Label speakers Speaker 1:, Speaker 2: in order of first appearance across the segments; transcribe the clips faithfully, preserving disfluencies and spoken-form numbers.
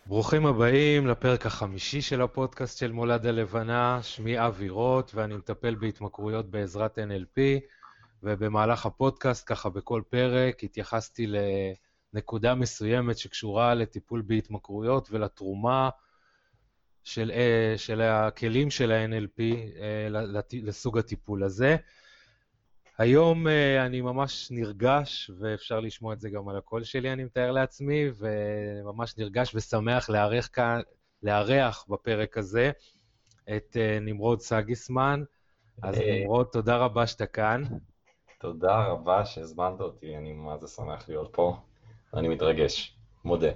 Speaker 1: ברוכים הבאים לפרק החמישי של הפודקאסט של מולד הלבנה. שמי אבי רוט ואני מטפל בהתמכרויות בעזרת אן אל פי, ובמהלך הפודקאסט, ככה בכל פרק, התייחסתי לנקודה מסוימת שקשורה לטיפול בהתמכרויות ולתרומה של, של הכלים של ה-אן אל פי לסוג הטיפול הזה. היום אני ממש נרגש, ואפשר לשמוע את זה גם על הקול שלי, אני מתאר לעצמי, וממש נרגש ושמח לארח כאן, לארח בפרק הזה את נמרוד סגיסמן. אז נמרוד, תודה רבה שאתה כאן.
Speaker 2: תודה רבה שהזמנת אותי, אני מה זה שמח להיות פה, אני מתרגש, מודה.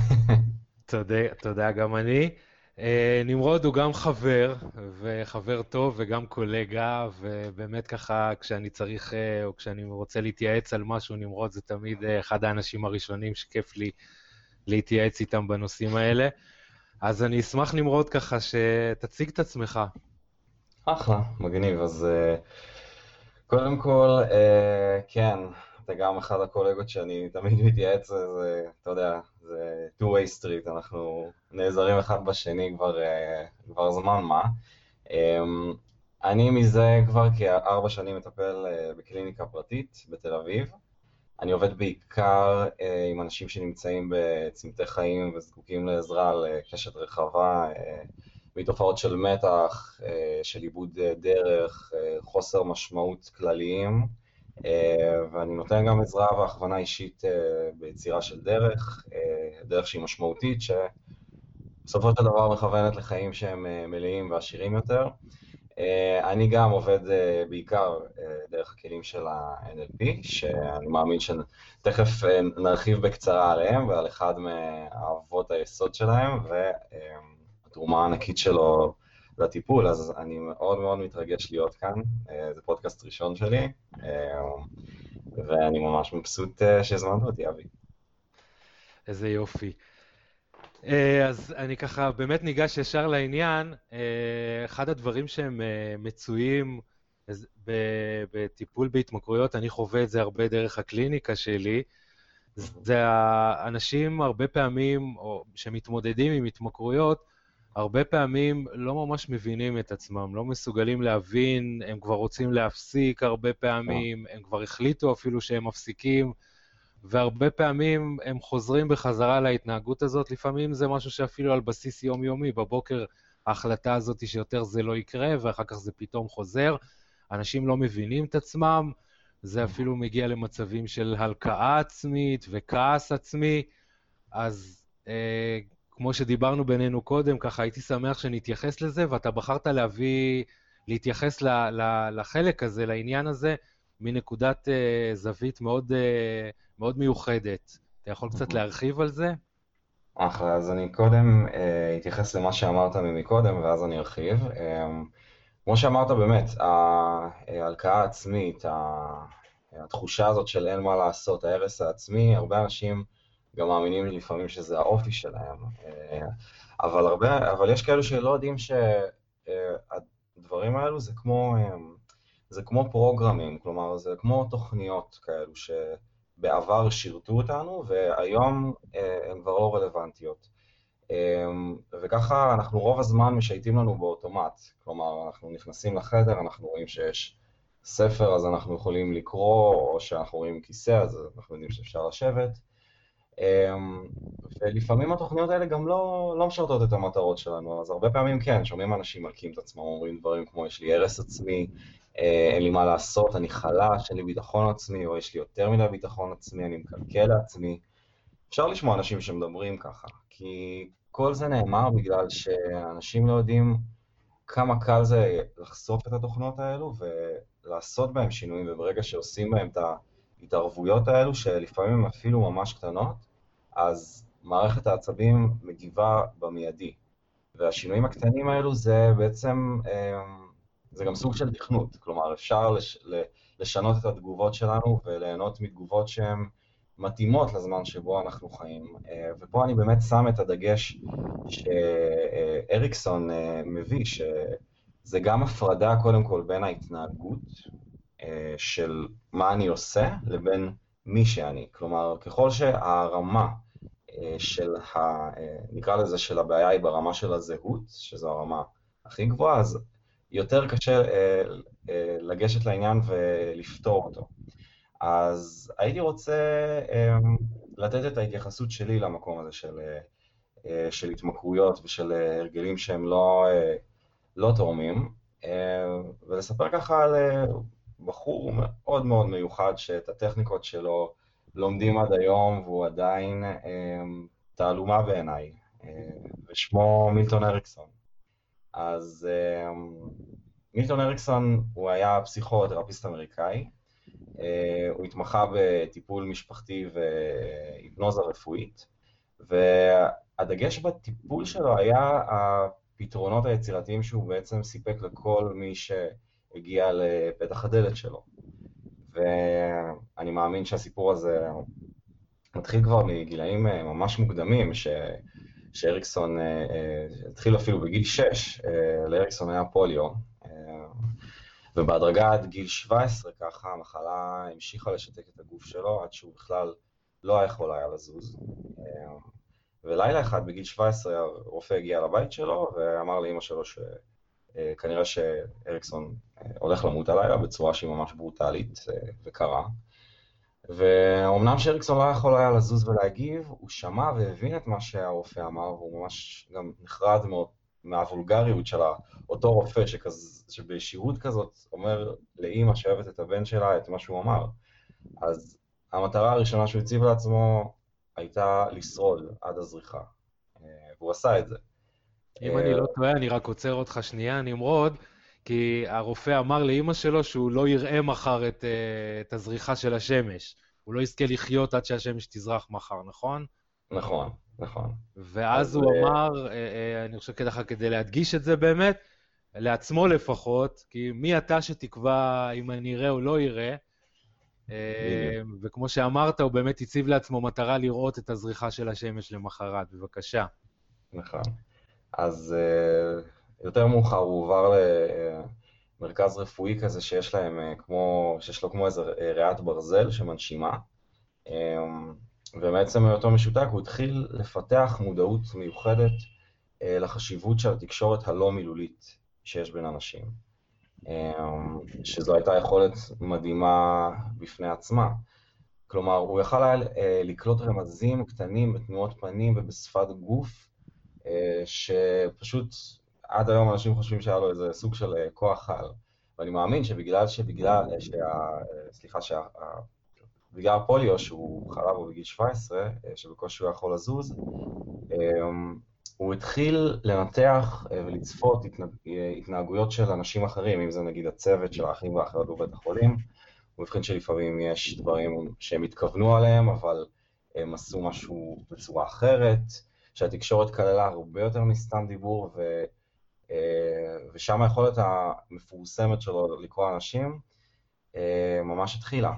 Speaker 1: תודה, תודה גם אני. נמרוד הוא גם חבר, וחבר טוב וגם קולגה, ובאמת ככה כשאני צריך, או כשאני רוצה להתייעץ על משהו, נמרוד זה תמיד אחד האנשים הראשונים שכיף לי להתייעץ איתם בנושאים האלה. אז אני אשמח נמרוד ככה שתציג את עצמך.
Speaker 2: אחלה, מגניב, אז uh, קודם כל, uh, כן, אתה גם אחד הקולגות שאני תמיד מתייעץ, זה, אתה יודע, זה two-way street, אנחנו נעזרים אחד בשני כבר, uh, כבר זמן מה. Um, אני מזה כבר כארבע שנים מטפל uh, בקליניקה פרטית בתל אביב. אני עובד בעיקר אה, עם אנשים שנמצאים בצמתי חיים וזקוקים לעזרה לקשת רחבה, אה, מתופעות של מתח, אה, של איבוד דרך, אה, חוסר משמעות כלליים, אה, ואני נותן גם עזרה והכוונה אישית אה, ביצירה של דרך, אה, דרך שהיא משמעותית, שבסופו של דבר מכוונת לחיים שהם אה, מלאים ועשירים יותר. Uh, אני גם עובד uh, בעיקר uh, דרך הכלים של ה-אן אל פי, שאני מאמין שתכף uh, נרחיב בקצרה עליהם ועל אחד מאהבות היסוד שלהם והתרומה uh, הענקית שלו לטיפול, אז אני מאוד מאוד מתרגש להיות כאן, uh, זה פודקאסט ראשון שלי, uh, ואני ממש מבסוט uh, שהזמנת אותי, אבי.
Speaker 1: איזה יופי. אז אני ככה באמת ניגש ישר לעניין. אחד הדברים שהם מצויים בטיפול בהתמכרויות, אני חווה את זה הרבה דרך הקליניקה שלי, זה האנשים הרבה פעמים, או שמתמודדים עם התמכרויות, הרבה פעמים לא ממש מבינים את עצמם, לא מסוגלים להבין, הם כבר רוצים להפסיק הרבה פעמים, הם כבר החליטו אפילו שהם מפסיקים, והרבה פעמים הם חוזרים בחזרה להתנהגות הזאת, לפעמים זה משהו שאפילו על בסיס יומיומי, בבוקר ההחלטה הזאת שיותר זה לא יקרה, ואחר כך זה פתאום חוזר, אנשים לא מבינים את עצמם, זה אפילו מגיע למצבים של הלקאה עצמית וכעס עצמי, אז אה, כמו שדיברנו בינינו קודם, ככה הייתי שמח שנתייחס לזה, ואתה בחרת להביא, להתייחס ל, ל, לחלק הזה, לעניין הזה, מנקודת uh, זווית מאוד, uh, מאוד מיוחדת. אתה יכול קצת להרחיב על זה?
Speaker 2: אחלה, אז אני קודם uh, אתייחס למה שאמרת ממקודם, ואז אני ארחיב. Um, כמו שאמרת באמת, ההלקאה העצמית, התחושה הזאת של אין מה לעשות, ההרס העצמי, הרבה אנשים גם מאמינים לפעמים שזה האופי שלהם, אבל, הרבה, אבל יש כאלו שלא יודעים שהדברים האלו זה כמו, זה כמו פרוגרמים, כלומר זה כמו תוכניות כאלו שבעבר שירתו אותנו והיום הן כבר לא רלוונטיות. וככה אנחנו רוב הזמן משייטים לנו באוטומט, כלומר אנחנו נכנסים לחדר, אנחנו רואים שיש ספר אז אנחנו יכולים לקרוא, או שאנחנו רואים כיסא אז אנחנו יודעים שאפשר לשבת, ולפעמים התוכניות האלה גם לא, לא משרתות את המטרות שלנו, אז הרבה פעמים כן, שומעים אנשים מלקים את עצמם, אומרים דברים כמו יש לי הרס עצמי, אין לי מה לעשות, אני חלש, אין לי ביטחון עצמי, או יש לי יותר מדי ביטחון עצמי, אני מקלקל לעצמי. אפשר לשמוע אנשים שמדברים ככה, כי כל זה נאמר בגלל שאנשים לא יודעים כמה קל זה לחשוף את התוכנות האלו ולעשות בהם שינויים, וברגע שעושים בהם את ההתערבויות האלו, שלפעמים הם אפילו ממש קטנות, אז מערכת העצבים מגיבה במיידי. והשינויים הקטנים האלו זה בעצם, זה גם סוג של תכנות, כלומר אפשר לשנות את התגובות שלנו וליהנות מתגובות שהן מתאימות לזמן שבו אנחנו חיים, ופה אני באמת שם את הדגש שאריקסון מביא, שזה גם הפרדה קודם כל בין ההתנהגות של מה אני עושה לבין מי שאני, כלומר ככל שהרמה של ה... נקרא לזה של הבעיה היא ברמה של הזהות, שזו הרמה הכי גבוהה, אז יותר קשה לגשת לעניין ולפתור אותו. אז הייתי רוצה לתת את ההתייחסות שלי למקום הזה של, של התמכרויות ושל הרגלים שהם לא, לא תורמים, ולספר ככה על בחור מאוד מאוד מיוחד שאת הטכניקות שלו לומדים עד היום והוא עדיין תעלומה בעיניי, ושמו מילטון אריקסון. אז מילטון אריקסון הוא היה פסיכותרפיסט אמריקאי, הוא התמחה בטיפול משפחתי והיפנוזה רפואית, והדגש בטיפול שלו היה הפתרונות היצירתיים שהוא בעצם סיפק לכל מי שהגיע לפתח הדלת שלו. ואני מאמין שהסיפור הזה מתחיל כבר מגילאים ממש מוקדמים, ש... שאריקסון התחיל אפילו בגיל שש, לאריקסון היה פוליו, ובהדרגה עד גיל שבע עשרה ככה המחלה המשיכה לשתק את הגוף שלו עד שהוא בכלל לא היה יכול היה לזוז. ולילה אחד בגיל שבע עשרה הרופא הגיע לבית שלו ואמר לאמא שלו שכנראה שאריקסון הולך למות הלילה בצורה שהיא ממש ברוטלית וקרה. ואומנם שאריקסון לא יכול היה לזוז ולהגיב, הוא שמע והבין את מה שהרופא אמר, והוא ממש גם נחרד מאוד מהוולגריות של אותו רופא שכז, שבשירות כזאת אומר לאמא שאוהבת את הבן שלה את מה שהוא אמר. אז המטרה הראשונה שהוא הציב לעצמו הייתה לשרוד עד הזריחה, והוא עשה את זה.
Speaker 1: אם אני לא טועה, אני רק עוצר אותך שנייה, נמרוד, כי הרופא אמר לאמא שלו שהוא לא יראה מחר את, את הזריחה של השמש. הוא לא יזכה לחיות עד שהשמש תזרח מחר, נכון?
Speaker 2: נכון, נכון.
Speaker 1: ואז הוא אמר, אני חושב ככה כדי להדגיש את זה באמת, לעצמו לפחות, כי מי אתה שתקבע אם אני אראה או לא אראה, וכמו שאמרת, הוא באמת הציב לעצמו מטרה לראות את הזריחה של השמש למחרת. בבקשה.
Speaker 2: נכון. אז יותר מאוחר הוא עובר למרכז רפואי כזה שיש להם כמו, שיש לו כמו איזה ריאת ברזל שמנשימה, ובעצם מאותו משותק הוא התחיל לפתח מודעות מיוחדת לחשיבות של התקשורת הלא מילולית שיש בין אנשים, שזו הייתה יכולת מדהימה בפני עצמה. כלומר, הוא יכל היה לקלוט רמזים קטנים בתנועות פנים ובשפת גוף, שפשוט עד היום אנשים חושבים שהיה לו איזה סוג של כוח על. ואני מאמין שבגלל שבגלל, שה, סליחה, שה, בגלל הפוליו שהוא חלה בו בגיל שבע עשרה, שבקושי הוא יכול לזוז, הוא התחיל לנתח ולצפות התנהגויות של אנשים אחרים, אם זה נגיד הצוות של האחים והאחיות בבית החולים. הוא הבחין שלפעמים יש דברים שהם התכוונו עליהם, אבל הם עשו משהו בצורה אחרת, שהתקשורת כללה הרבה יותר מסתם דיבור, ו, ושם היכולת המפורסמת שלו לקרוא אנשים ממש התחילה.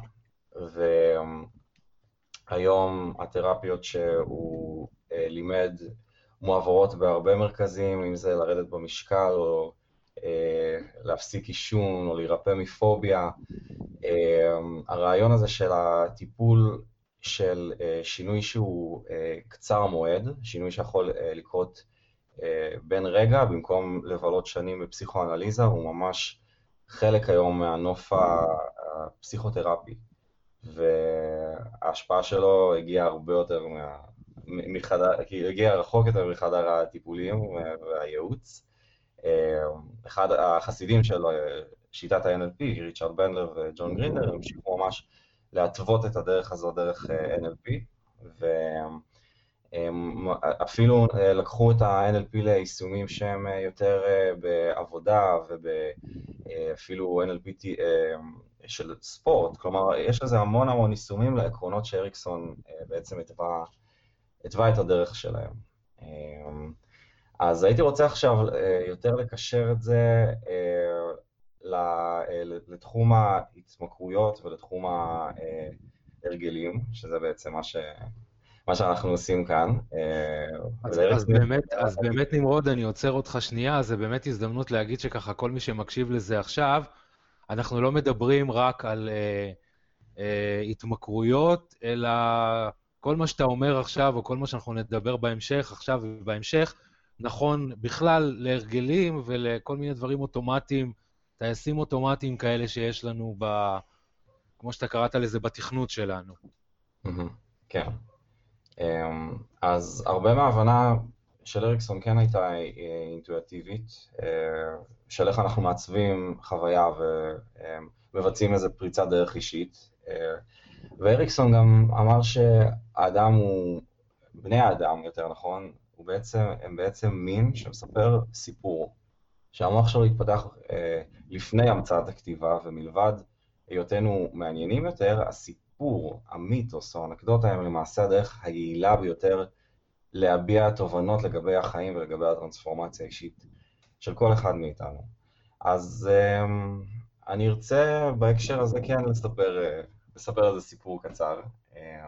Speaker 2: והיום התרפיות שהוא לימד מועברות בהרבה מרכזים, אם זה לרדת במשקל, או להפסיק עישון, או להירפא מפוביה. הרעיון הזה של הטיפול של שינוי שהוא קצר מועד, שינוי שיכול לקרות בין רגע, במקום לבלות שנים בפסיכואנליזה, הוא ממש חלק היום מהנוף הפסיכותרפי. וההשפעה שלו הגיעה הרבה יותר מה... מחדר, כי הגיע רחוק יותר מחדר הטיפולים והייעוץ. אחד החסידים שלו, שיטת ה-אן אל פי, ריצ'רד בנדלר וג'ון גרינדר, המשיכו ממש להתוות את הדרך הזו דרך אן אל פי, ואפילו לקחו את ה-אן אל פי ליישומים שהם יותר בעבודה, ואפילו אן אל פי של ספורט. כלומר, יש לזה המון המון יישומים לעקרונות שאריקסון בעצם התווה התווה את הדרך שלהם. אז הייתי רוצה עכשיו יותר לקשר את זה לתחום ההתמכרויות ולתחום ההרגלים, שזה בעצם מה ש... מה שאנחנו עושים כאן.
Speaker 1: אז, אז, באמת, אז באמת נמרוד, אני עוצר אותך שנייה, זה באמת הזדמנות להגיד שככה כל מי שמקשיב לזה עכשיו, אנחנו לא מדברים רק על אה, אה, התמכרויות, אלא כל מה שאתה אומר עכשיו, או כל מה שאנחנו נדבר בהמשך, עכשיו ובהמשך, נכון בכלל להרגלים ולכל מיני דברים אוטומטיים, טייסים אוטומטיים כאלה שיש לנו, ב, כמו שאתה קראת לזה, בתכנות שלנו.
Speaker 2: מהמם. כן. אמ, אז הרבה מההבנה של אריקסון כן הייתה אה, אינטואיטיבית, אה, של איך אנחנו מעצבים חוויה ומבצעים איזה פריצת דרך אישית. אה, ואריקסון גם אמר שהאדם הוא, בני האדם יותר נכון, הוא בעצם, הם בעצם מין שמספר סיפור, שהמוח שלו התפתח אה, לפני המצאת הכתיבה, ומלבד היותנו מעניינים יותר, הסיפור, המיתוס או האנקדוטה הם למעשה הדרך היעילה ביותר להביע תובנות לגבי החיים ולגבי הטרנספורמציה האישית של כל אחד מאיתנו. אז אה, אני ארצה בהקשר הזה כן לספר, אה, לספר איזה סיפור קצר. אה,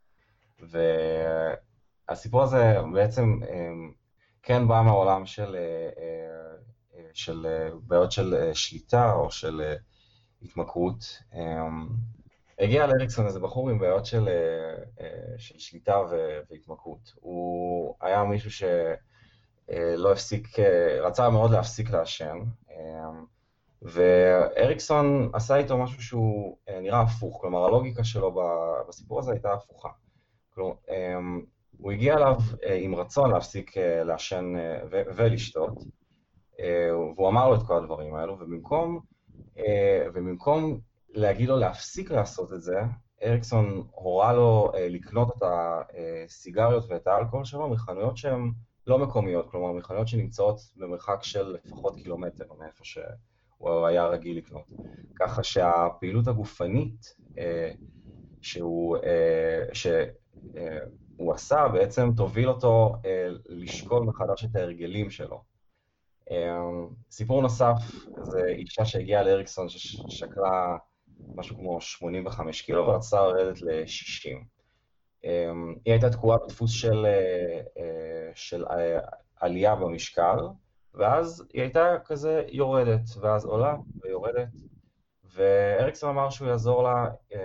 Speaker 2: והסיפור הזה בעצם אה, כן בא מהעולם של, אה, אה, של אה, בעיות של אה, שליטה או של אה, התמכרות. אה, הגיע לאריקסון איזה בחור עם בעיות של, אה, אה, של שליטה ו- והתמכרות. הוא היה מישהו שלא הפסיק, אה, רצה מאוד להפסיק לעשן, אה, ואריקסון עשה איתו משהו שהוא אה, נראה הפוך, כלומר הלוגיקה שלו ב- בסיפור הזה הייתה הפוכה. כלומר, אה, הוא הגיע אליו אה, עם רצון להפסיק אה, לעשן אה, ו- ולשתות, אה, והוא אמר לו את כל הדברים האלו, ובמקום, אה, ובמקום להגיד לו להפסיק לעשות את זה, אריקסון הורה לו אה, לקנות את הסיגריות ואת האלכוהול שלו מחנויות שהן לא מקומיות, כלומר מחנויות שנמצאות במרחק של לפחות קילומטר מאיפה שהוא היה רגיל לקנות. ככה שהפעילות הגופנית אה, שהוא, אה, שהוא עשה בעצם תוביל אותו אה, לשקול מחדש את ההרגלים שלו. סיפור נוסף, זה אישה שהגיעה לאריקסון ששקלה משהו כמו שמונים וחמש קילו ורצתה לרדת ל-שישים. היא הייתה תקועה בדפוס של, של עלייה במשקל, ואז היא הייתה כזה יורדת, ואז עולה ויורדת, ואריקסון אמר שהוא יעזור לה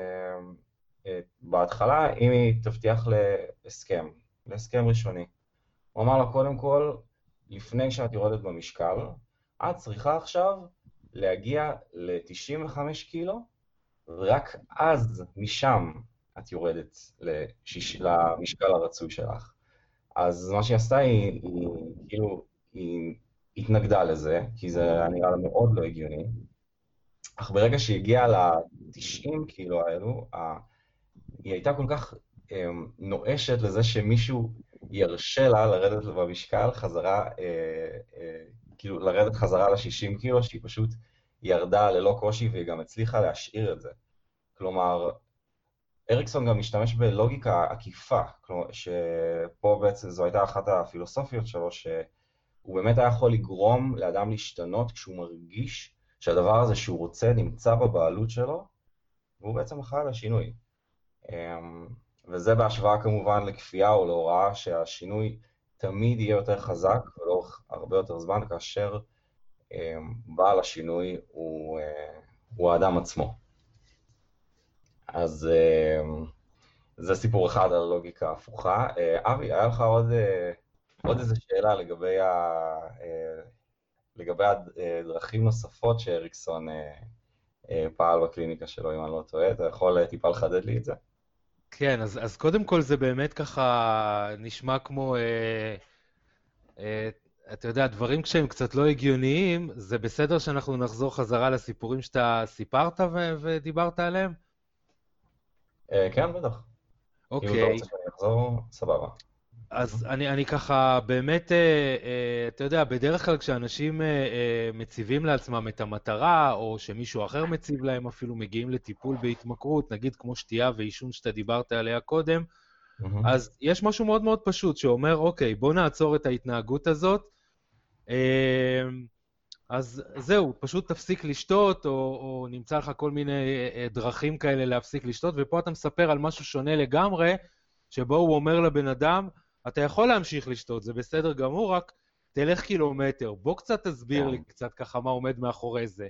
Speaker 2: בהתחלה אם היא תבטיח להסכם, להסכם ראשוני. הוא אמר לה קודם כל, לפני שאת יורדת במשקל, את צריכה עכשיו להגיע ל-תשעים וחמש קילו, ורק אז משם את יורדת לשיש... למשקל הרצוי שלך. אז מה שהיא עשתה היא, היא כאילו, היא התנגדה לזה, כי זה נראה לה מאוד לא הגיוני, אך ברגע שהיא הגיעה ל-תשעים קילו האלו, היא הייתה כל כך נואשת לזה שמישהו ירשה לה לרדת במשקל חזרה, אה, אה, כאילו לרדת חזרה ל-שישים קילו, שהיא פשוט ירדה ללא קושי והיא גם הצליחה להשאיר את זה. כלומר, אריקסון גם משתמש בלוגיקה עקיפה, כלומר, שפה בעצם זו הייתה אחת הפילוסופיות שלו, שהוא באמת היה יכול לגרום לאדם להשתנות כשהוא מרגיש שהדבר הזה שהוא רוצה נמצא בבעלות שלו, והוא בעצם אחראי לשינוי. וזה בהשוואה כמובן לכפייה או להוראה שהשינוי תמיד יהיה יותר חזק ולאורך הרבה יותר זמן, כאשר בעל השינוי הוא, הוא האדם עצמו. אז זה סיפור אחד על הלוגיקה ההפוכה. אבי, היה לך עוד, עוד איזו שאלה לגבי, ה, לגבי הדרכים נוספות שאריקסון פעל בקליניקה שלו, אם אני לא טועה? אתה יכול טיפה לחדד לי את זה?
Speaker 1: כן, אז, אז קודם כל זה באמת ככה נשמע כמו, אה, אה, אתה יודע, דברים כשהם קצת לא הגיוניים, זה בסדר שאנחנו נחזור חזרה לסיפורים שאתה סיפרת ו- ודיברת עליהם?
Speaker 2: אה, כן, בטח. אם אתה
Speaker 1: אוקיי.
Speaker 2: רוצה שאני אחזור, סבבה.
Speaker 1: אז אני, אני ככה באמת, אה, אה, אתה יודע, בדרך כלל כשאנשים אה, אה, מציבים לעצמם את המטרה, או שמישהו אחר מציב להם אפילו מגיעים לטיפול בהתמכרות, נגיד כמו שתייה ועישון שאתה דיברת עליה קודם,
Speaker 2: מהמם.
Speaker 1: אז יש משהו מאוד מאוד פשוט שאומר, אוקיי, בוא נעצור את ההתנהגות הזאת, אה, אז זהו, פשוט תפסיק לשתות, או, או נמצא לך כל מיני אה, דרכים כאלה להפסיק לשתות, ופה אתה מספר על משהו שונה לגמרי, שבו הוא אומר לבן אדם, אתה יכול להמשיך לשתות, זה בסדר גמור, רק תלך קילומטר. בוא קצת תסביר
Speaker 2: כן.
Speaker 1: לי קצת ככה מה עומד מאחורי זה.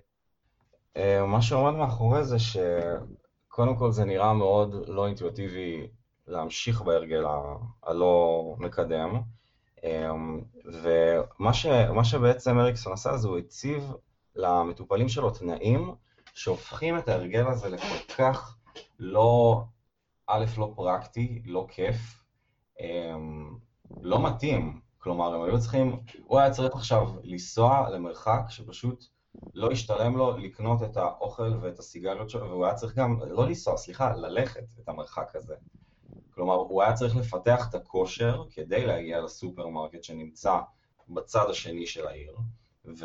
Speaker 2: אה, מה שעומד מאחורי זה שקודם כל זה נראה מאוד לא אינטואיטיבי להמשיך בהרגל ה- הלא מקדם. אמ, ומה ש, מה שבעצם אריקסון עשה זה הוא הציב למטופלים שלו תנאים שהופכים את ההרגל הזה לכל כך לא, א', לא פרקטי, לא כיף, אמ, לא מתאים. כלומר, הם היו צריכים, הוא היה צריך עכשיו לנסוע למרחק שפשוט לא ישתלם לו לקנות את האוכל ואת הסיגריות שלו, והוא היה צריך גם, לא לנסוע, סליחה, ללכת את המרחק הזה. כלומר, הוא היה צריך לפתח את הכושר כדי להגיע לסופרמרקט שנמצא בצד השני של העיר, ו...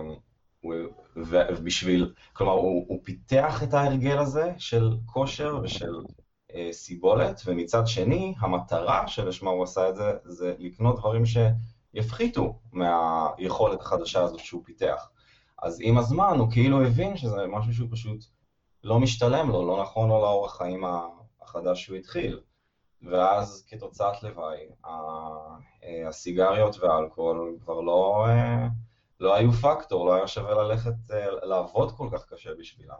Speaker 2: ובשביל, כלומר, הוא, הוא פיתח את ההרגל הזה של כושר ושל אה, סיבולת, ומצד שני, המטרה שלשמה הוא עשה את זה, זה לקנות דברים שיפחיתו מהיכולת החדשה הזאת שהוא פיתח. אז עם הזמן הוא כאילו הבין שזה משהו שהוא פשוט לא משתלם לו, לא נכון לו לאורח חיים החדש שהוא התחיל. ואז כתוצאת לוואי, הסיגריות והאלכוהול כבר לא, לא היו פקטור, לא היה שווה ללכת לעבוד כל כך קשה בשבילם.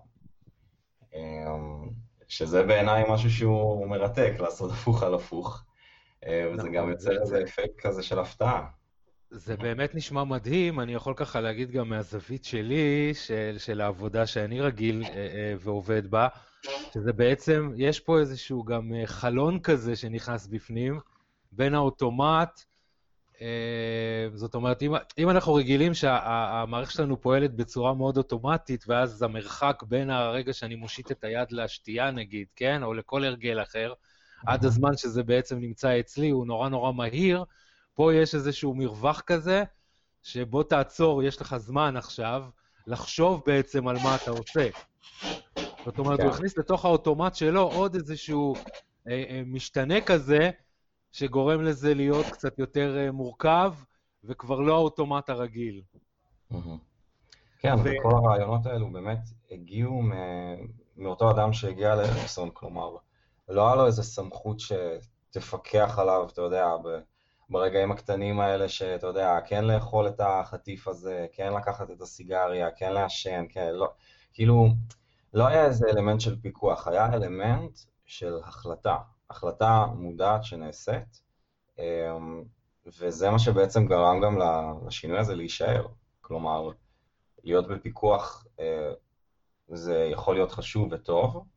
Speaker 2: שזה בעיניי משהו שהוא מרתק, לעשות הפוך על הפוך, וזה גם
Speaker 1: נכון,
Speaker 2: יוצר
Speaker 1: זה,
Speaker 2: איזה
Speaker 1: זה,
Speaker 2: אפקט כזה של הפתעה.
Speaker 1: זה באמת נשמע מדהים, אני יכול ככה להגיד גם מהזווית שלי, של, של העבודה שאני רגיל אה, אה, ועובד בה, שזה בעצם, יש פה איזשהו גם אה, חלון כזה שנכנס בפנים, בין האוטומט, אה, זאת אומרת, אם, אם אנחנו רגילים שהמערכת שלנו פועלת בצורה מאוד אוטומטית, ואז המרחק בין הרגע שאני מושיט את היד לשתייה נגיד, כן, או לכל הרגל אחר, עד הזמן שזה בעצם נמצא אצלי, הוא נורא נורא מהיר, פה יש איזשהו מרווח כזה, שבו תעצור, יש לך זמן עכשיו, לחשוב בעצם על מה אתה עושה. זאת אומרת, הוא
Speaker 2: כן.
Speaker 1: הכניס לתוך האוטומט שלו עוד איזשהו אה, אה, משתנה כזה, שגורם לזה להיות קצת יותר אה, מורכב, וכבר לא האוטומט הרגיל.
Speaker 2: כן,
Speaker 1: ו...
Speaker 2: וכל הרעיונות האלו באמת הגיעו מאותו אדם שהגיע לאריקסון, כלומר, לא היה לו איזו סמכות שתפקח עליו, אתה יודע, ברגעים הקטנים האלה שאתה יודע, כן לאכול את החטיף הזה, כן לקחת את הסיגריה, כן לעשן, כן, לא, כאילו, לא היה איזה אלמנט של פיקוח, היה אלמנט של החלטה, החלטה מודעת שנעשית, וזה מה שבעצם גרם גם לשינוי הזה להישאר, כלומר, להיות בפיקוח זה יכול להיות חשוב וטוב,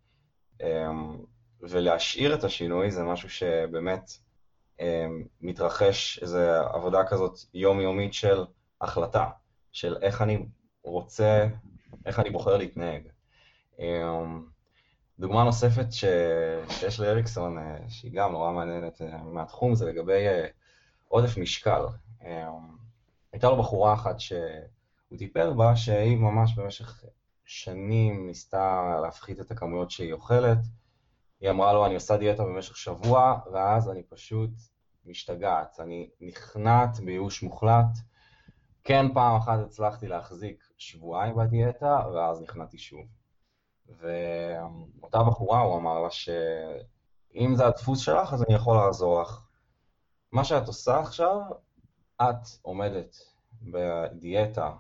Speaker 2: ולהשאיר את השינוי זה משהו שבאמת מתרחש, איזו עבודה כזאת יומיומית של החלטה, של איך אני רוצה, איך אני בוחר להתנהג. דוגמה נוספת ש... שיש לאריקסון, שהיא גם נורא מעניינת מהתחום, זה לגבי עודף משקל. הייתה לו בחורה אחת שהוא טיפל בה, שהיא ממש במשך שנים ניסתה להפחית את הכמויות שהיא אוכלת. היא אמרה לו, אני עושה דיאטה במשך שבוע, ואז אני פשוט משתגעת. אני נכנעת בייאוש מוחלט. כן, פעם אחת הצלחתי להחזיק שבועיים בדיאטה, ואז נכנעתי שוב. ואותה בחורה, הוא אמר לה שאם זה הדפוס שלך, אז אני יכול לעזור לך. מה שאת עושה עכשיו, את עומדת בדיאטה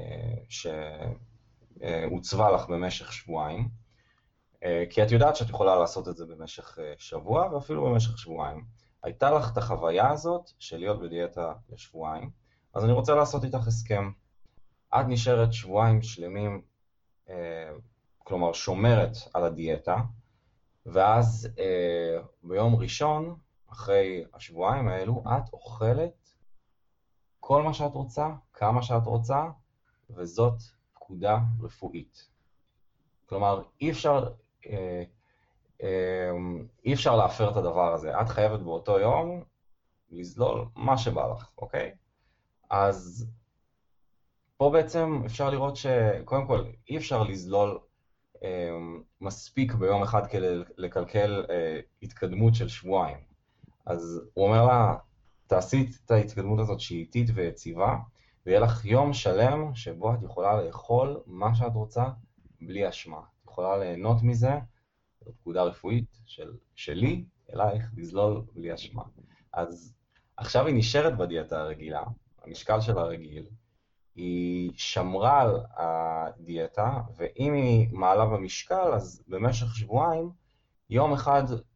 Speaker 2: שהוצבה לך במשך שבועיים, כי את יודעת שאת יכולה לעשות את זה במשך שבוע, ואפילו במשך שבועיים. הייתה לך את החוויה הזאת של להיות בדיאטה לשבועיים, אז אני רוצה לעשות איתך הסכם. את נשארת שבועיים שלמים, כלומר שומרת על הדיאטה, ואז ביום ראשון, אחרי השבועיים האלו, את אוכלת כל מה שאת רוצה, כמה שאת רוצה, וזאת פקודה רפואית. כלומר, אי אפשר, אה, אה, אי אפשר להפר את הדבר הזה. את חייבת באותו יום לזלול מה שבא לך, אוקיי? אז פה בעצם אפשר לראות שקודם כל אי אפשר לזלול אה, מספיק ביום אחד כדי לקלקל אה, התקדמות של שבועיים. אז הוא אומר לה, תעשי את ההתקדמות הזאת שהיא איטית ויציבה, ויהיה לך יום שלם שבו את יכולה לאכול מה שאת רוצה בלי אשמה. את יכולה ליהנות מזה, זו פקודה רפואית של, שלי, אלייך, לזלול בלי אשמה. אז עכשיו היא נשארת בדיאטה הרגילה, המשקל שלה רגיל, היא שמרה על הדיאטה, ואם היא מעלה במשקל, אז במשך שבועיים, יום אחד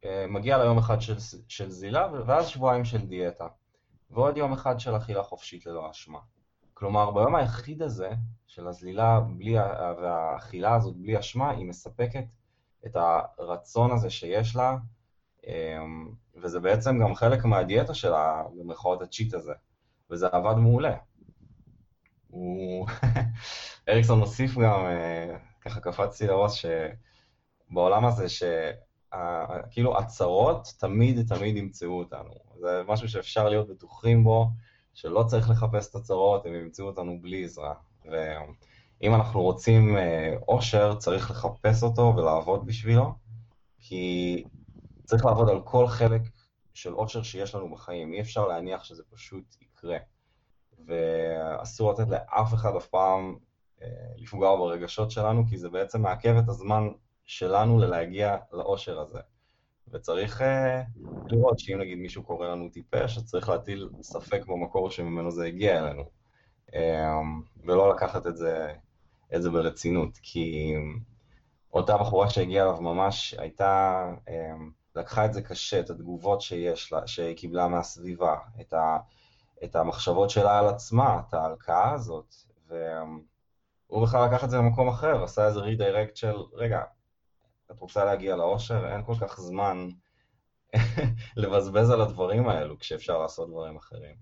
Speaker 2: מגיע ליום אחד של, של זילה, ואז שבועיים של דיאטה, ועוד יום אחד של אכילה חופשית ללא אשמה. כלומר, ביום היחיד הזה של הזלילה בלי, והאכילה הזאת בלי אשמה, היא מספקת את הרצון הזה שיש לה, וזה בעצם גם חלק מהדיאטה שלה, במרכאות הצ'יט הזה, וזה עבד מעולה. הוא... אריקסון מוסיף גם, ככה קפצתי לראש, שבעולם הזה ש... כאילו הצרות תמיד תמיד ימצאו אותנו. זה משהו שאפשר להיות בטוחים בו, שלא צריך לחפש את הצרות, הם ימצאו אותנו בלי עזרה. ואם אנחנו רוצים אושר, צריך לחפש אותו ולעבוד בשבילו, כי צריך לעבוד על כל חלק של אושר שיש לנו בחיים. אי אפשר להניח שזה פשוט יקרה. ואסור לתת לאף אחד אף פעם לפגוע ברגשות שלנו, כי זה בעצם מעכב את הזמן שלנו ללהגיע לאושר הזה. וצריך uh, לראות שאם נגיד מישהו קורא לנו טיפש, אז צריך להטיל ספק במקור שממנו זה הגיע אלינו. Um, ולא לקחת את זה, את זה ברצינות, כי אותה בחורה שהגיעה אליו ממש הייתה, um, לקחה את זה קשה, את התגובות שיש לה, שהיא קיבלה מהסביבה, את, ה, את המחשבות שלה על עצמה, את ההלקאה הזאת, והוא בכלל לקח את זה למקום אחר, עשה איזה רידיירקט של, רגע, את רוצה להגיע לאושר, אין כל כך זמן לבזבז על הדברים האלו, כשאפשר לעשות דברים אחרים.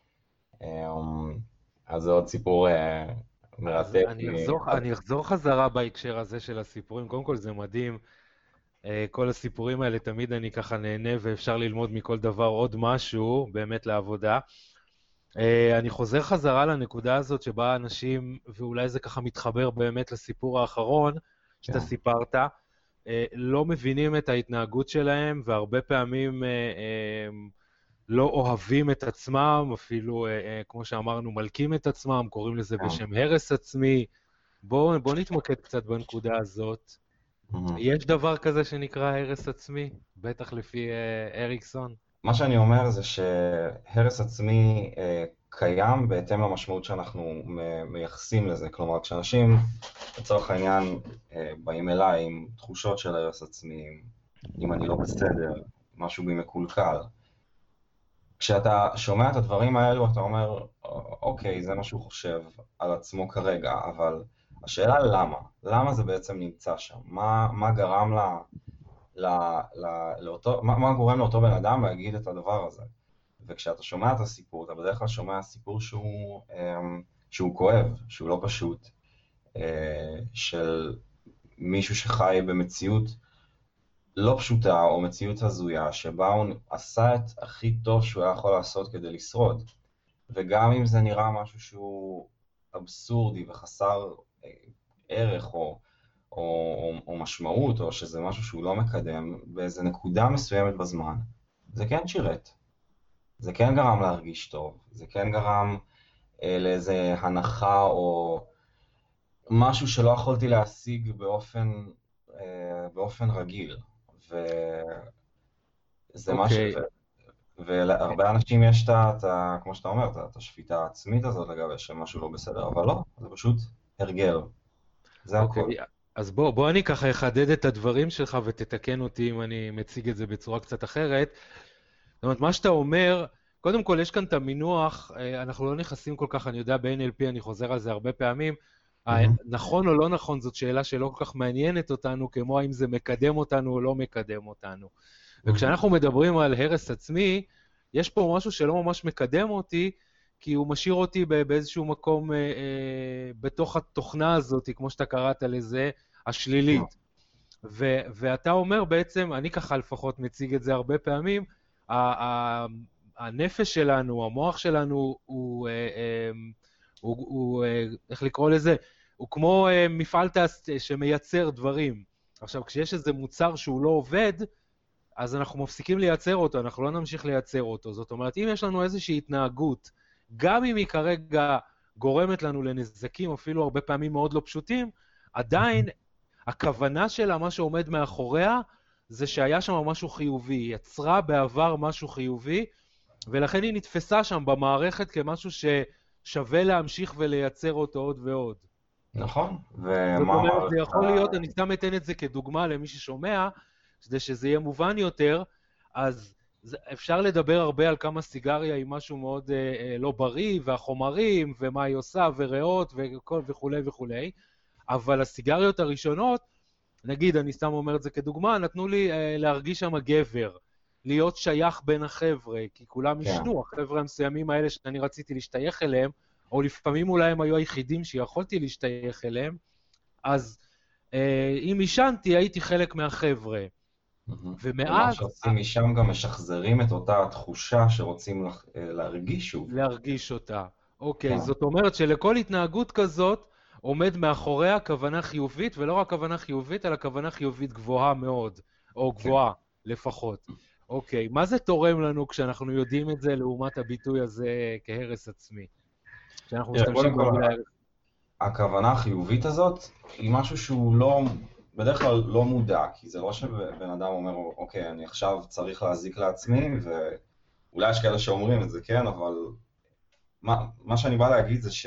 Speaker 2: אז זה עוד סיפור מרתק.
Speaker 1: אני אחזור, אני אחזור חזרה בהקשר הזה של הסיפורים. קודם כל זה מדהים, כל הסיפורים האלה תמיד אני ככה נהנה, ואפשר ללמוד מכל דבר עוד משהו, באמת לעבודה. אני חוזר חזרה לנקודה הזאת שבה אנשים, ואולי זה ככה מתחבר באמת לסיפור האחרון שאתה סיפרת, לא מבינים את ההתנהגות שלהם, והרבה פעמים לא אוהבים את עצמם, אפילו, כמו שאמרנו, מלקים את עצמם, קוראים לזה בשם הרס עצמי. בואו בוא נתמקד קצת בנקודה הזאת. יש דבר כזה שנקרא הרס עצמי? בטח לפי אריקסון.
Speaker 2: מה שאני אומר זה שהרס עצמי קיים בהתאם למשמעות שאנחנו מייחסים לזה. כלומר, כשאנשים, לצורך העניין, באים אליי עם תחושות של הרס עצמי, אם אני לא בסדר, משהו בי מקולקל, כשאתה שומע את הדברים האלו, אתה אומר, אוקיי, זה מה שהוא חושב על עצמו כרגע, אבל השאלה למה? למה זה בעצם נמצא שם? מה, מה גרם לה, לה, לה, לאותו, מה, מה גורם לאותו בן אדם להגיד את הדבר הזה? וכשאתה שומע את הסיפור, אתה בדרך כלל שומע סיפור שהוא, שהוא כואב, שהוא לא פשוט, של מישהו שחי במציאות לא פשוטה או מציאות הזויה, שבה הוא עשה את הכי טוב שהוא היה יכול לעשות כדי לשרוד. וגם אם זה נראה משהו שהוא אבסורדי וחסר ערך או, או, או, או משמעות, או שזה משהו שהוא לא מקדם, באיזו נקודה מסוימת בזמן, זה כן שירת. זה כן גרם להרגיש טוב, זה כן גרם אה, לאיזה הנחה או משהו שלא יכולתי להשיג באופן, אה, באופן רגיל. וזה okay. משהו, ו... ולהרבה אנשים יש את, את, כמו שאתה אומר, את השפיטה העצמית הזאת לגבי שמשהו לא בסדר, אבל לא, זה פשוט הרגל. זה okay. הכל.
Speaker 1: אז בוא, בוא אני ככה אחדד את הדברים שלך ותתקן אותי אם אני מציג את זה בצורה קצת אחרת. זאת אומרת, מה שאתה אומר, קודם כל יש כאן את המינוח, אנחנו לא נכנסים כל כך, אני יודע ב-אן אל פי, אני חוזר על זה הרבה פעמים, mm-hmm. נכון או לא נכון, זאת שאלה שלא כל כך מעניינת אותנו, כמו האם זה מקדם אותנו או לא מקדם אותנו. Mm-hmm. וכשאנחנו מדברים על הרס עצמי, יש פה משהו שלא ממש מקדם אותי, כי הוא משאיר אותי באיזשהו מקום אה, אה, בתוך התוכנה הזאת, כמו שאתה קראת לזה, השלילית. Mm-hmm. ו- ואתה אומר בעצם, אני ככה לפחות מציג את זה הרבה פעמים, הנפש שלנו, המוח שלנו, הוא, הוא, הוא, איך לקרוא לזה? הוא כמו מפעל שמייצר דברים. עכשיו, כשיש איזה מוצר שהוא לא עובד, אז אנחנו מפסיקים לייצר אותו, אנחנו לא נמשיך לייצר אותו. זאת אומרת, אם יש לנו איזושהי התנהגות, גם אם היא כרגע גורמת לנו לנזקים, אפילו הרבה פעמים מאוד לא פשוטים, עדיין הכוונה שלה, מה שעומד מאחוריה, זה שהיה שם משהו חיובי, היא יצרה בעבר משהו חיובי, ולכן היא נתפסה שם במערכת כמשהו ששווה להמשיך ולייצר אותו עוד ועוד.
Speaker 2: נכון.
Speaker 1: זאת אומרת, זה יכול להיות, אני סתם אתן את זה כדוגמה למי ששומע, כדי שזה יהיה מובן יותר, אז אפשר לדבר הרבה על כמה סיגריה היא משהו מאוד אה, אה, לא בריא, והחומרים, ומה היא עושה, וריאות, וכל וכו' וכו'. אבל הסיגריות הראשונות, נגיד, אני סתם אומר את זה כדוגמה, נתנו לי אה, להרגיש שם גבר, להיות שייך בין החבר'ה, כי כולם
Speaker 2: כן.
Speaker 1: ישנו, החבר'ה המסוימים האלה שאני רציתי להשתייך אליהם, או לפעמים אולי הם היו היחידים שיכולתי להשתייך אליהם, אז אה, אם ישנתי, הייתי חלק מהחבר'ה.
Speaker 2: ומה
Speaker 1: ומאז...
Speaker 2: שעושים משם גם משחזרים את אותה תחושה שרוצים להרגיש שוב.
Speaker 1: להרגיש אותה. אוקיי,
Speaker 2: כן.
Speaker 1: זאת אומרת שלכל התנהגות כזאת עומד מאחוריה כוונה חיובית, ולא רק כוונה חיובית, אלא כוונה חיובית גבוהה מאוד, או גבוהה לפחות. אוקיי, מה זה תורם לנו כשאנחנו יודעים את זה לעומת הביטוי הזה כהרס עצמי? כשאנחנו משתמשים במילה הרס.
Speaker 2: הכוונה החיובית הזאת היא משהו שהוא לא, בדרך כלל לא מודע, כי זה לא שבן אדם אומר, אוקיי, אני עכשיו צריך להזיק לעצמי, ואולי יש כאלה שאומרים את זה, כן, אבל מה, מה שאני בא להגיד זה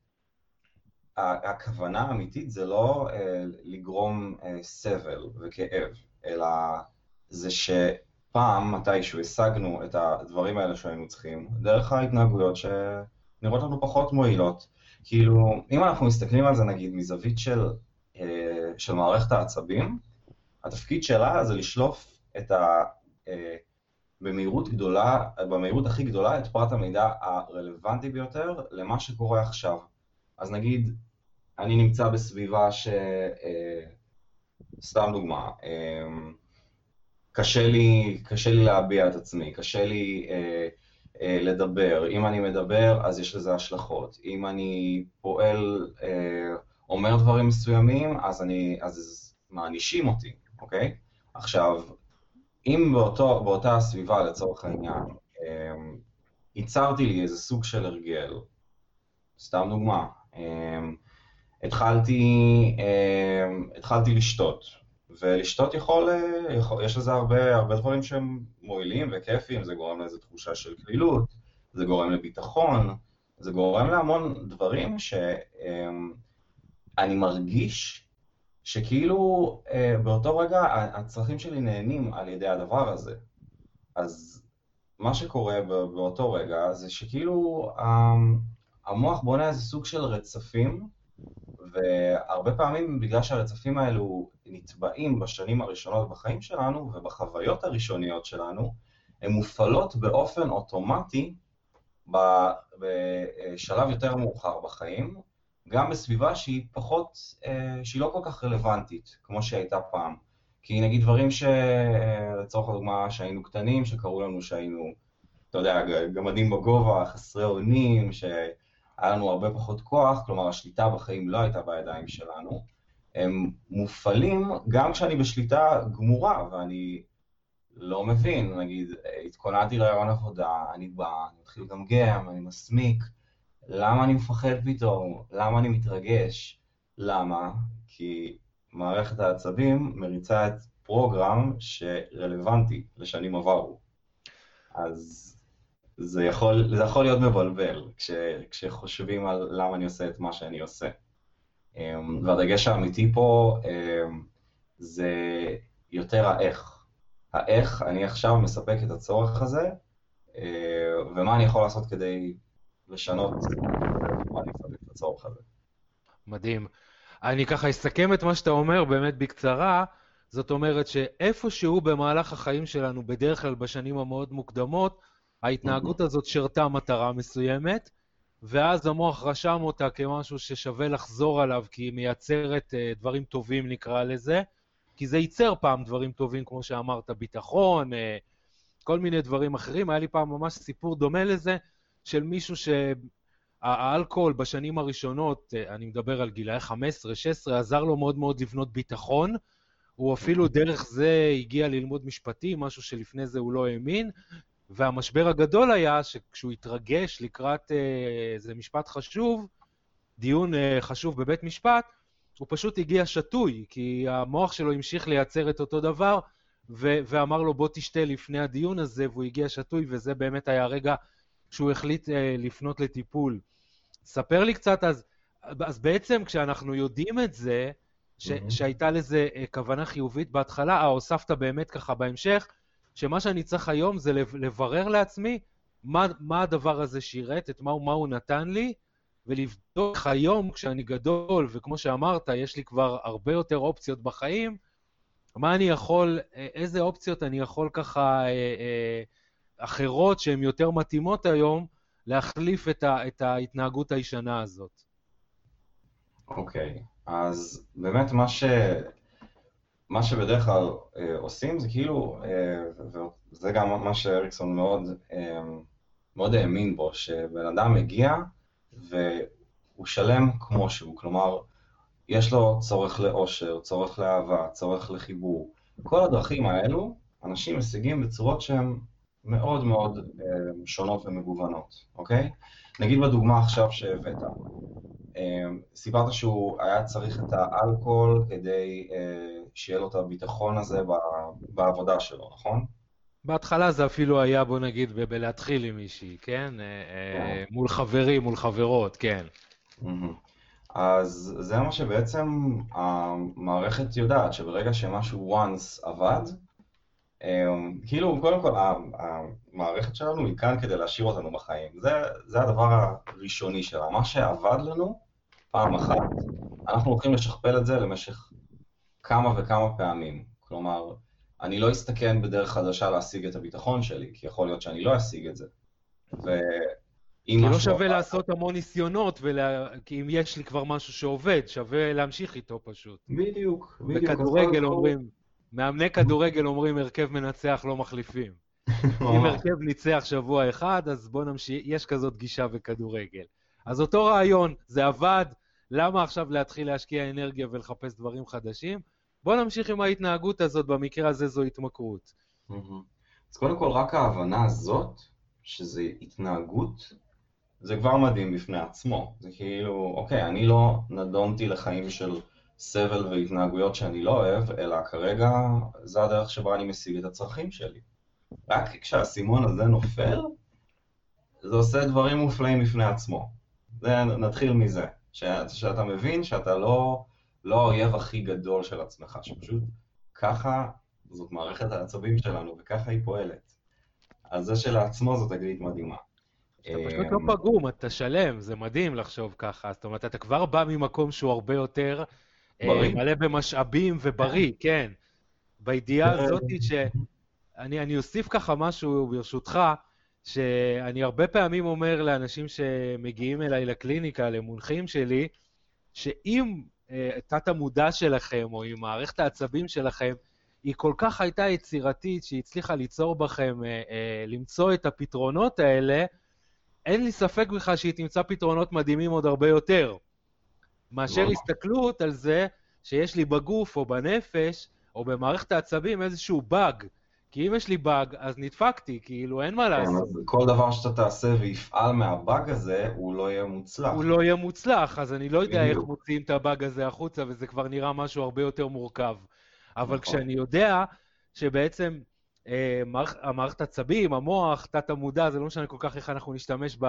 Speaker 2: שהכוונה האמיתית זה לא אה, לגרום אה, סבל וכאב, אלא זה שפעם מתישהו השגנו את הדברים האלה שהיינו צריכים, דרך ההתנהגויות שנראות לנו פחות מועילות. כאילו, אם אנחנו מסתכלים על זה, נגיד, מזווית של, אה, של מערכת העצבים, התפקיד שלה זה לשלוף את ה, אה, במהירות גדולה, במהירות הכי גדולה, את פרט המידע הרלוונטי ביותר למה שקורה עכשיו. אז נגיד, אני נמצא בסביבה ש... אה, סתם דוגמה, אה, קשה לי, קשה לי להביע את עצמי, קשה לי... אה, לדבר. אם אני מדבר, אז יש לזה השלכות. אם אני פועל, אומר דברים מסוימים, אז אני, אז מענישים אותי, אוקיי? עכשיו, אם באותו, באותה הסביבה, לצורך העניין, ייצרתי לי איזה סוג של הרגל, סתם דוגמה, התחלתי, התחלתי לשתות, ולשתות יכול, יכול, יש לזה הרבה, הרבה דברים שהם מועילים וכיפים, זה גורם לאיזו תחושה של כלילות, זה גורם לביטחון, זה גורם להמון דברים שאני מרגיש שכאילו באותו רגע הצרכים שלי נהנים על ידי הדבר הזה. אז מה שקורה באותו רגע זה שכאילו המוח בונה איזה סוג של רצפים, והרבה פעמים בגלל שהרצפים האלו נטבעים בשנים הראשונות בחיים שלנו ובחוויות הראשוניות שלנו, הן מופעלות באופן אוטומטי בשלב יותר מאוחר בחיים, גם בסביבה שהיא פחות, שהיא לא כל כך רלוונטית כמו שהייתה פעם. כי נגיד דברים שלצורך הדוגמה שהיינו קטנים, שקראו לנו שהיינו, אתה יודע, גמדים בגובה, חסרי אונים, ש... היה לנו הרבה פחות כוח, כלומר השליטה בחיים לא הייתה בידיים שלנו, הם מופעלים גם כשאני בשליטה גמורה, ואני לא מבין, נגיד, התכוננתי לרעיון עבודה, אני בא, אני מתחיל לגמגם, אני מסמיק, למה אני מפחד פתאום? למה אני מתרגש? למה? כי מערכת העצבים מריצה את פרוגרם שרלוונטי לשנים עברו. אז... זה יכול, זה יכול להיות מבלבל כש, כשחושבים על למה אני עושה את מה שאני עושה. והדגש האמיתי פה זה יותר האיך. האיך אני עכשיו מספק את הצורך הזה, ומה אני יכול לעשות כדי לשנות מה אני מספק את הצורך הזה.
Speaker 1: מדהים. אני ככה אסכם את מה שאתה אומר באמת בקצרה, זאת אומרת שאיפשהו במהלך החיים שלנו, בדרך כלל בשנים המאוד מוקדמות, ההתנהגות הזאת שרתה מטרה מסוימת, ואז המוח רשם אותה כמשהו ששווה לחזור עליו, כי היא מייצרת דברים טובים נקרא לזה, כי זה ייצר פעם דברים טובים כמו שאמרת, ביטחון, כל מיני דברים אחרים. היה לי פעם ממש סיפור דומה לזה, של מישהו שהאלכוהול בשנים הראשונות, אני מדבר על גילאי חמש עשרה שש עשרה, עזר לו מאוד מאוד לבנות ביטחון, הוא אפילו דרך זה הגיע ללמוד משפטי, משהו שלפני זה הוא לא האמין, והמשבר הגדול היה שכשהוא התרגש לקראת איזה משפט חשוב, דיון חשוב בבית משפט, הוא פשוט הגיע שטוי, כי המוח שלו המשיך לייצר את אותו דבר, ו- ואמר לו בוא תשתה לפני הדיון הזה, והוא הגיע שטוי, וזה באמת היה הרגע שהוא החליט לפנות לטיפול. ספר לי קצת, אז, אז בעצם כשאנחנו יודעים את זה, ש, שהייתה לזה כוונה חיובית בהתחלה, הוספת באמת ככה בהמשך, שמה שאני צריך היום זה לברר לעצמי מה, מה הדבר הזה שירת, את מה, מה הוא נתן לי, ולבדוק היום כשאני גדול, וכמו שאמרת, יש לי כבר הרבה יותר אופציות בחיים, מה אני יכול, איזה אופציות אני יכול ככה אה, אה, אחרות שהן יותר מתאימות היום, להחליף את, ה, את ההתנהגות הישנה הזאת.
Speaker 2: אוקיי, אז באמת מה ש... מה שבדרך כלל אה, עושים זה כאילו, אה, וזה גם מה שאריקסון מאוד, אה, מאוד האמין בו, שבן אדם מגיע והוא שלם כמו שהוא, כלומר, יש לו צורך לאושר, צורך לאהבה, צורך לחיבור. כל הדרכים האלו, אנשים משיגים בצורות שהן מאוד מאוד אה, שונות ומגוונות, אוקיי? נגיד בדוגמה עכשיו שהבאת. סיפרת שהוא היה צריך את האלכוהול כדי שיהיה לו את הביטחון הזה בעבודה שלו, נכון?
Speaker 1: בהתחלה זה אפילו היה, בוא נגיד, בלהתחיל עם מישהי, כן? מול חברים, מול חברות, כן.
Speaker 2: אז זה מה שבעצם המערכת יודעת, שברגע שמשהו once עבד, כאילו, קודם כל, המערכת שלנו היא כאן כדי להשאיר אותנו בחיים. זה, זה הדבר הראשוני שלה. מה שעבד לנו, פעם אחת, אנחנו הולכים לשכפל את זה למשך כמה וכמה פעמים. כלומר, אני לא אסתכן בדרך חדשה להשיג את הביטחון שלי, כי יכול להיות שאני לא אשיג את זה. ו...
Speaker 1: כי לא שווה אחת... לעשות המון ניסיונות, ולה... כי אם יש לי כבר משהו שעובד, שווה להמשיך איתו פשוט.
Speaker 2: בדיוק, בדיוק.
Speaker 1: בכדורגל אומרים, מאמני כדורגל אומרים, הרכב מנצח לא מחליפים. אם הרכב ניצח שבוע אחד, אז בוא נמשיך, יש כזאת גישה בכדורגל. אז אותו רעיון, זה עבד, למה עכשיו להתחיל להשקיע אנרגיה ולחפש דברים חדשים? בוא נמשיך עם ההתנהגות הזאת, במקרה הזה זו התמכרות.
Speaker 2: אז קודם כל, רק ההבנה הזאת, שזה התנהגות, זה כבר מדהים בפני עצמו. זה כאילו, אוקיי, אני לא נדונתי לחיים של סבל והתנהגויות שאני לא אוהב, אלא כרגע זה הדרך שבה אני משיג את הצרכים שלי. רק כשהסימון הזה נופל, זה עושה דברים מופלאים בפני עצמו. זה, נתחיל מזה. ש, שאתה מבין שאתה לא, לא האויב הכי גדול של עצמך, שפשוט ככה זאת מערכת העצבים שלנו, וככה היא פועלת. אז זה שלעצמו זאת תגלית מדהימה.
Speaker 1: אתה פשוט לא פגום, אתה שלם, זה מדהים לחשוב ככה. זאת אומרת, אתה כבר בא ממקום שהוא הרבה יותר בריא? מלא במשאבים ובריא, כן. בידיעה הזאת שאני אני אוסיף ככה משהו ברשותך, שאני הרבה פעמים אומר לאנשים שמגיעים אליי לקליניקה, למונחים שלי, שאם תת המודע שלכם, או אם מערכת העצבים שלכם, היא כל כך הייתה יצירתית, שהיא הצליחה ליצור בכם, למצוא את הפתרונות האלה, אין לי ספק בכלל שהיא תמצא פתרונות מדהימים עוד הרבה יותר. מאשר הסתכלות על זה שיש לי בגוף או בנפש, או במערכת העצבים איזשהו באג. כי אם יש לי באג, אז נדפקתי, כאילו אין מה לעשות.
Speaker 2: כל דבר שאתה תעשה ויפעל מהבאג הזה, הוא לא יהיה מוצלח.
Speaker 1: הוא לא יהיה מוצלח, אז אני לא יודע איך מוציאים את הבאג הזה החוצה, וזה כבר נראה משהו הרבה יותר מורכב. אבל כשאני יודע שבעצם המערכת העצבים, המוח, תת המודע, זה לא משנה כל כך איך אנחנו נשתמש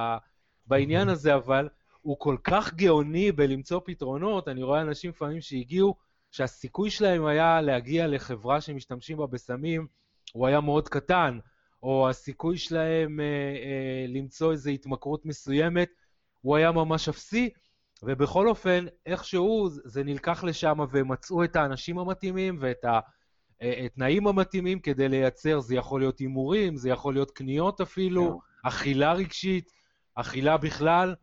Speaker 1: בעניין הזה, אבל הוא כל כך גאוני בלמצוא פתרונות. אני רואה אנשים לפעמים שהגיעו, שהסיכוי שלהם היה להגיע לחברה שמשתמשים בה בסמים, הוא היה מאוד קטן, או הסיכוי שלהם אה, אה, למצוא איזו התמכרות מסוימת, הוא היה ממש אפסי, ובכל אופן, איכשהו זה נלקח לשם, ומצאו את האנשים המתאימים, ואת התנאים המתאימים כדי לייצר, זה יכול להיות אימורים, זה יכול להיות קניות אפילו, אכילה רגשית, אכילה בכלל,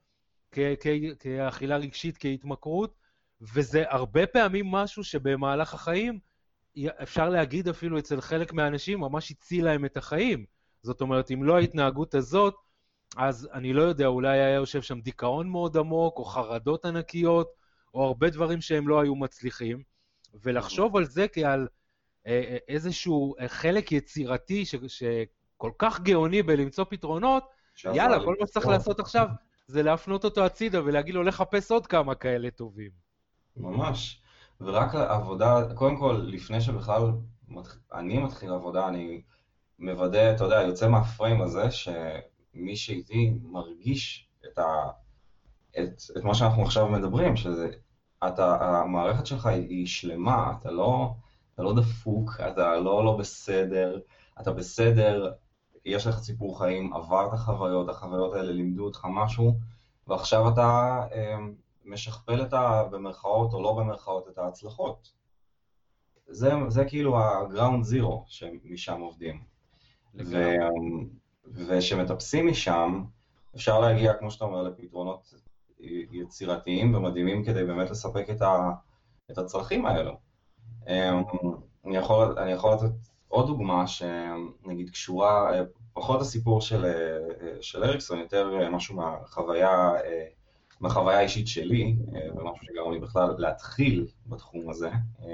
Speaker 1: כאכילה רגשית, כהתמכרות, וזה הרבה פעמים משהו שבמהלך החיים, אפשר להגיד אפילו אצל חלק מהאנשים, ממש הציל להם את החיים. זאת אומרת, אם לא ההתנהגות הזאת, אז אני לא יודע, אולי היה יושב שם דיכאון מאוד עמוק, או חרדות ענקיות, או הרבה דברים שהם לא היו מצליחים, ולחשוב על זה כעל איזשהו חלק יצירתי, ש, שכל כך גאוני בלמצוא פתרונות, יאללה, כל מה שצריך לעשות עכשיו, זה להפנות אותו הצידה, ולהגיד לו לחפש עוד כמה כאלה טובים.
Speaker 2: ממש. ורק לעבודה, קודם כל, לפני שבכלל אני מתחיל עבודה, אני מוודא, אתה יודע, יוצא מהפריים הזה, שמי שאיתי מרגיש את, ה, את, את מה שאנחנו עכשיו מדברים, שזה אתה, המערכת שלך היא, היא שלמה, אתה לא, אתה לא דפוק, אתה לא לא בסדר, אתה בסדר, יש לך סיפור חיים, עברת חוויות, החוויות האלה לימדו אותך משהו, ועכשיו אתה אה, משכפל את ה... במרכאות או לא במרכאות את ההצלחות. זה, זה כאילו ה-ground zero שמשם עובדים. ו,
Speaker 1: לגמרי.
Speaker 2: ושמטפסים משם, אפשר להגיע, כמו שאתה אומר, לפתרונות יצירתיים ומדהימים כדי באמת לספק את, ה, את הצרכים האלו. אמ, אני יכול, אני יכול לתת עוד דוגמה שנגיד קשורה, פחות הסיפור של, של אריקסון, יותר משהו מהחוויה, מהחוויה האישית שלי, ומשהו שגרם לי בכלל להתחיל בתחום הזה,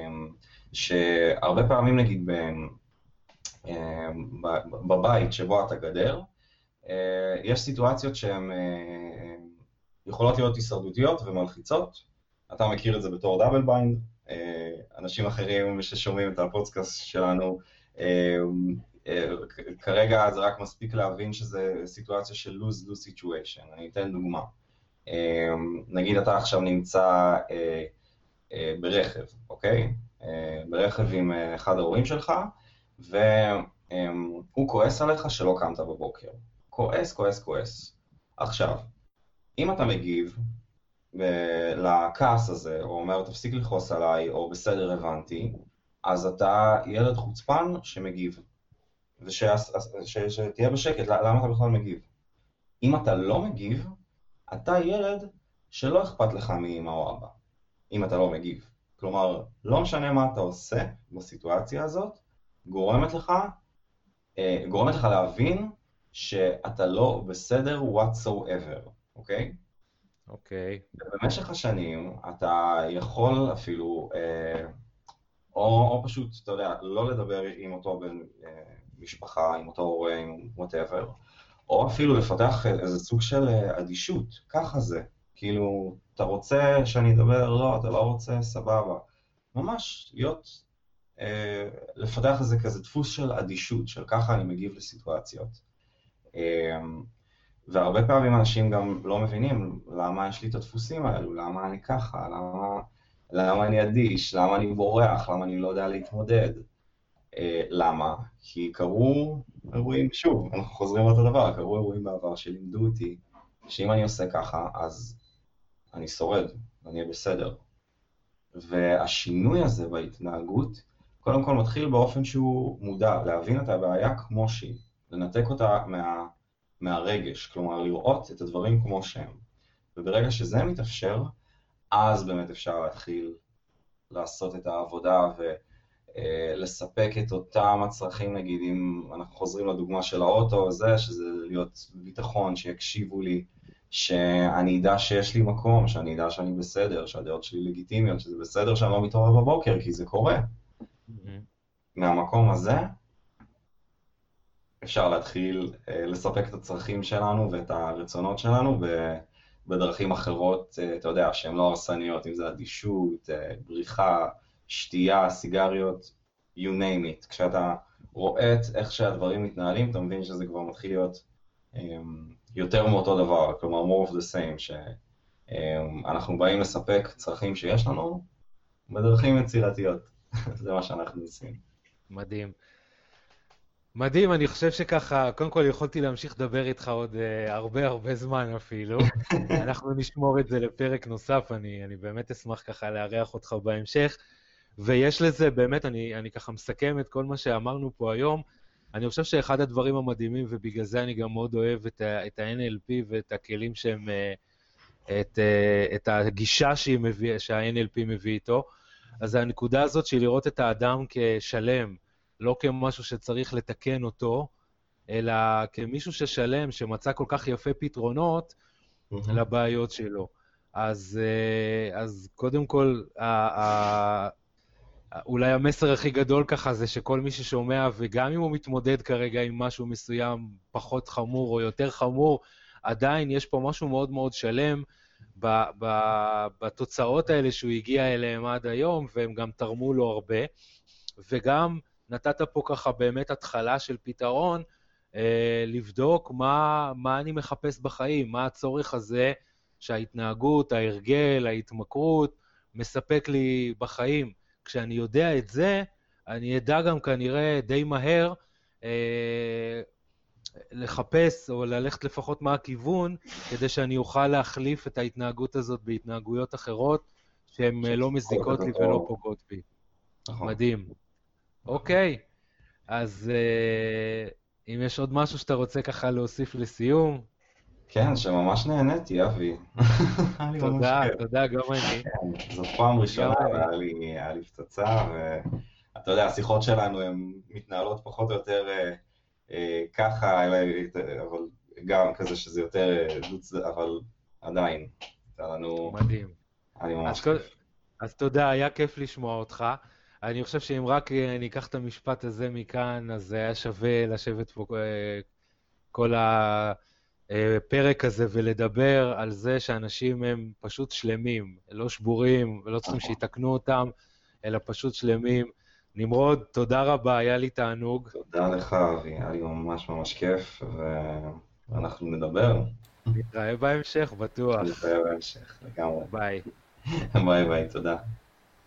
Speaker 2: שהרבה פעמים נגיד בבית שבו אתה גדר, יש סיטואציות שהן יכולות להיות הישרדותיות ומלחיצות. אתה מכיר את זה בתור דאבל ביינד, אנשים אחרים ששומעים את הפודקאסט שלנו, כרגע זה רק מספיק להבין שזה סיטואציה של lose-lose situation. אני אתן דוגמה. נגיד אתה עכשיו נמצא ברכב, אוקיי? ברכב עם אחד ההורים שלך, והוא כועס עליך שלא קמת בבוקר. כועס, כועס, כועס. עכשיו, אם אתה מגיב לכעס הזה, או אומר תפסיק לכעוס עליי, או בסדר הבנתי, אז אתה ילד חוצפן שמגיב, ושתהיה בשקט, למה אתה בכלל מגיב? אם אתה לא מגיב, אתה ילד שלא אכפת לך מאמא או אבא, אם אתה לא מגיב. כלומר, לא משנה מה אתה עושה בסיטואציה הזאת, גורמת לך, גורמת לך להבין שאתה לא בסדר whatsoever, אוקיי?
Speaker 1: אוקיי.
Speaker 2: במשך השנים אתה יכול אפילו, או, או פשוט, אתה יודע, לא לדבר עם אותו בן משפחה, עם אותו הורה, עם whatever, או אפילו לפתח איזה סוג של אדישות, ככה זה. כאילו, אתה רוצה שאני אדבר? לא, אתה לא רוצה? סבבה. ממש להיות, אה, לפתח איזה כזה דפוס של אדישות, של ככה אני מגיב לסיטואציות. אה, והרבה פעמים אנשים גם לא מבינים למה יש לי את הדפוסים האלו, למה אני ככה, למה, למה אני אדיש, למה אני בורח, למה אני לא יודע להתמודד. אה, למה? כי קרו אירועים, שוב, אנחנו חוזרים לאותו דבר, קרו אירועים בעבר שלימדו אותי שאם אני עושה ככה, אז אני שורד, אני אהיה בסדר. והשינוי הזה בהתנהגות, קודם כל מתחיל באופן שהוא מודע, להבין את הבעיה כמו שהיא, לנתק אותה מה, מהרגש, כלומר לראות את הדברים כמו שהם. וברגע שזה מתאפשר, אז באמת אפשר להתחיל לעשות את העבודה ולספק את אותם הצרכים, נגיד אם אנחנו חוזרים לדוגמה של האוטו, זה שזה להיות ביטחון, שיקשיבו לי, שאני אדע שיש לי מקום, שאני אדע שאני בסדר, שהדעות שלי לגיטימיות, שזה בסדר שאני לא מתעורר בבוקר, כי זה קורה. Mm-hmm. מהמקום הזה אפשר להתחיל אה, לספק את הצרכים שלנו ואת הרצונות שלנו בדרכים אחרות, אה, אתה יודע, שהן לא הרסניות, אם זה אדישות, אה, בריחה, שתייה, סיגריות, you name it. כשאתה רואה את איך שהדברים מתנהלים, אתה מבין שזה כבר מתחיל להיות אה, יותר מאותו דבר, כלומר more of the same, שאנחנו באים לספק צרכים שיש לנו בדרכים יצירתיות. זה מה שאנחנו עושים.
Speaker 1: מדהים. מדהים, אני חושב שככה, קודם כל יכולתי להמשיך לדבר איתך עוד uh, הרבה הרבה זמן אפילו. אנחנו נשמור את זה לפרק נוסף, אני, אני באמת אשמח ככה לארח אותך בהמשך. ויש לזה, באמת, אני, אני ככה מסכם את כל מה שאמרנו פה היום. אני חושב שאחד הדברים המדהימים, ובגלל זה אני גם מאוד אוהב את ה-אן אל פי ואת הכלים שהם, את, את הגישה שה-אן אל פי מביא איתו, אז הנקודה הזאת של לראות את האדם כשלם, לא כמשהו שצריך לתקן אותו, אלא כמישהו ששלם, שמצא כל כך יפה פתרונות mm-hmm. לבעיות שלו. אז, אז קודם כל, אולי המסר הכי גדול ככה זה שכל מי ששומע, וגם אם הוא מתמודד כרגע עם משהו מסוים פחות חמור או יותר חמור, עדיין יש פה משהו מאוד מאוד שלם בתוצאות האלה שהוא הגיע אליהם עד היום, והם גם תרמו לו הרבה, וגם נתת פה ככה באמת התחלה של פתרון, לבדוק מה, מה אני מחפש בחיים, מה הצורך הזה שההתנהגות, ההרגל, ההתמכרות, מספק לי בחיים. כשאני יודע את זה, אני אדע גם כנראה די מהר אה, לחפש או ללכת לפחות מה הכיוון, כדי שאני אוכל להחליף את ההתנהגות הזאת בהתנהגויות אחרות, שהן לא מזיקות לי ולא פוגעות בי. מדהים. אוקיי, אז אה, אם יש עוד משהו שאתה רוצה ככה להוסיף לסיום.
Speaker 2: כן, שממש נהניתי, אבי.
Speaker 1: תודה, תודה, גם אני.
Speaker 2: זאת פעם ראשונה, היה לי פצצה, ואתה יודע, השיחות שלנו הן מתנהלות פחות או יותר ככה, אבל גם כזה שזה יותר דוץ, אבל עדיין.
Speaker 1: מדהים.
Speaker 2: היה לי ממש כיף.
Speaker 1: אז תודה, היה כיף לשמוע אותך. אני חושב שאם רק ניקח את המשפט הזה מכאן, אז היה שווה לשבת פה כל הפרק הזה ולדבר על זה שאנשים הם פשוט שלמים, לא שבורים, ולא צריכים שיתקנו אותם, אלא פשוט שלמים. נמרוד, תודה רבה, היה לי תענוג.
Speaker 2: תודה לך, אבי, היה לי ממש ממש כיף, ואנחנו נדבר.
Speaker 1: נתראה בהמשך, בטוח.
Speaker 2: נתראה בהמשך, לגמרי.
Speaker 1: ביי.
Speaker 2: ביי ביי, תודה.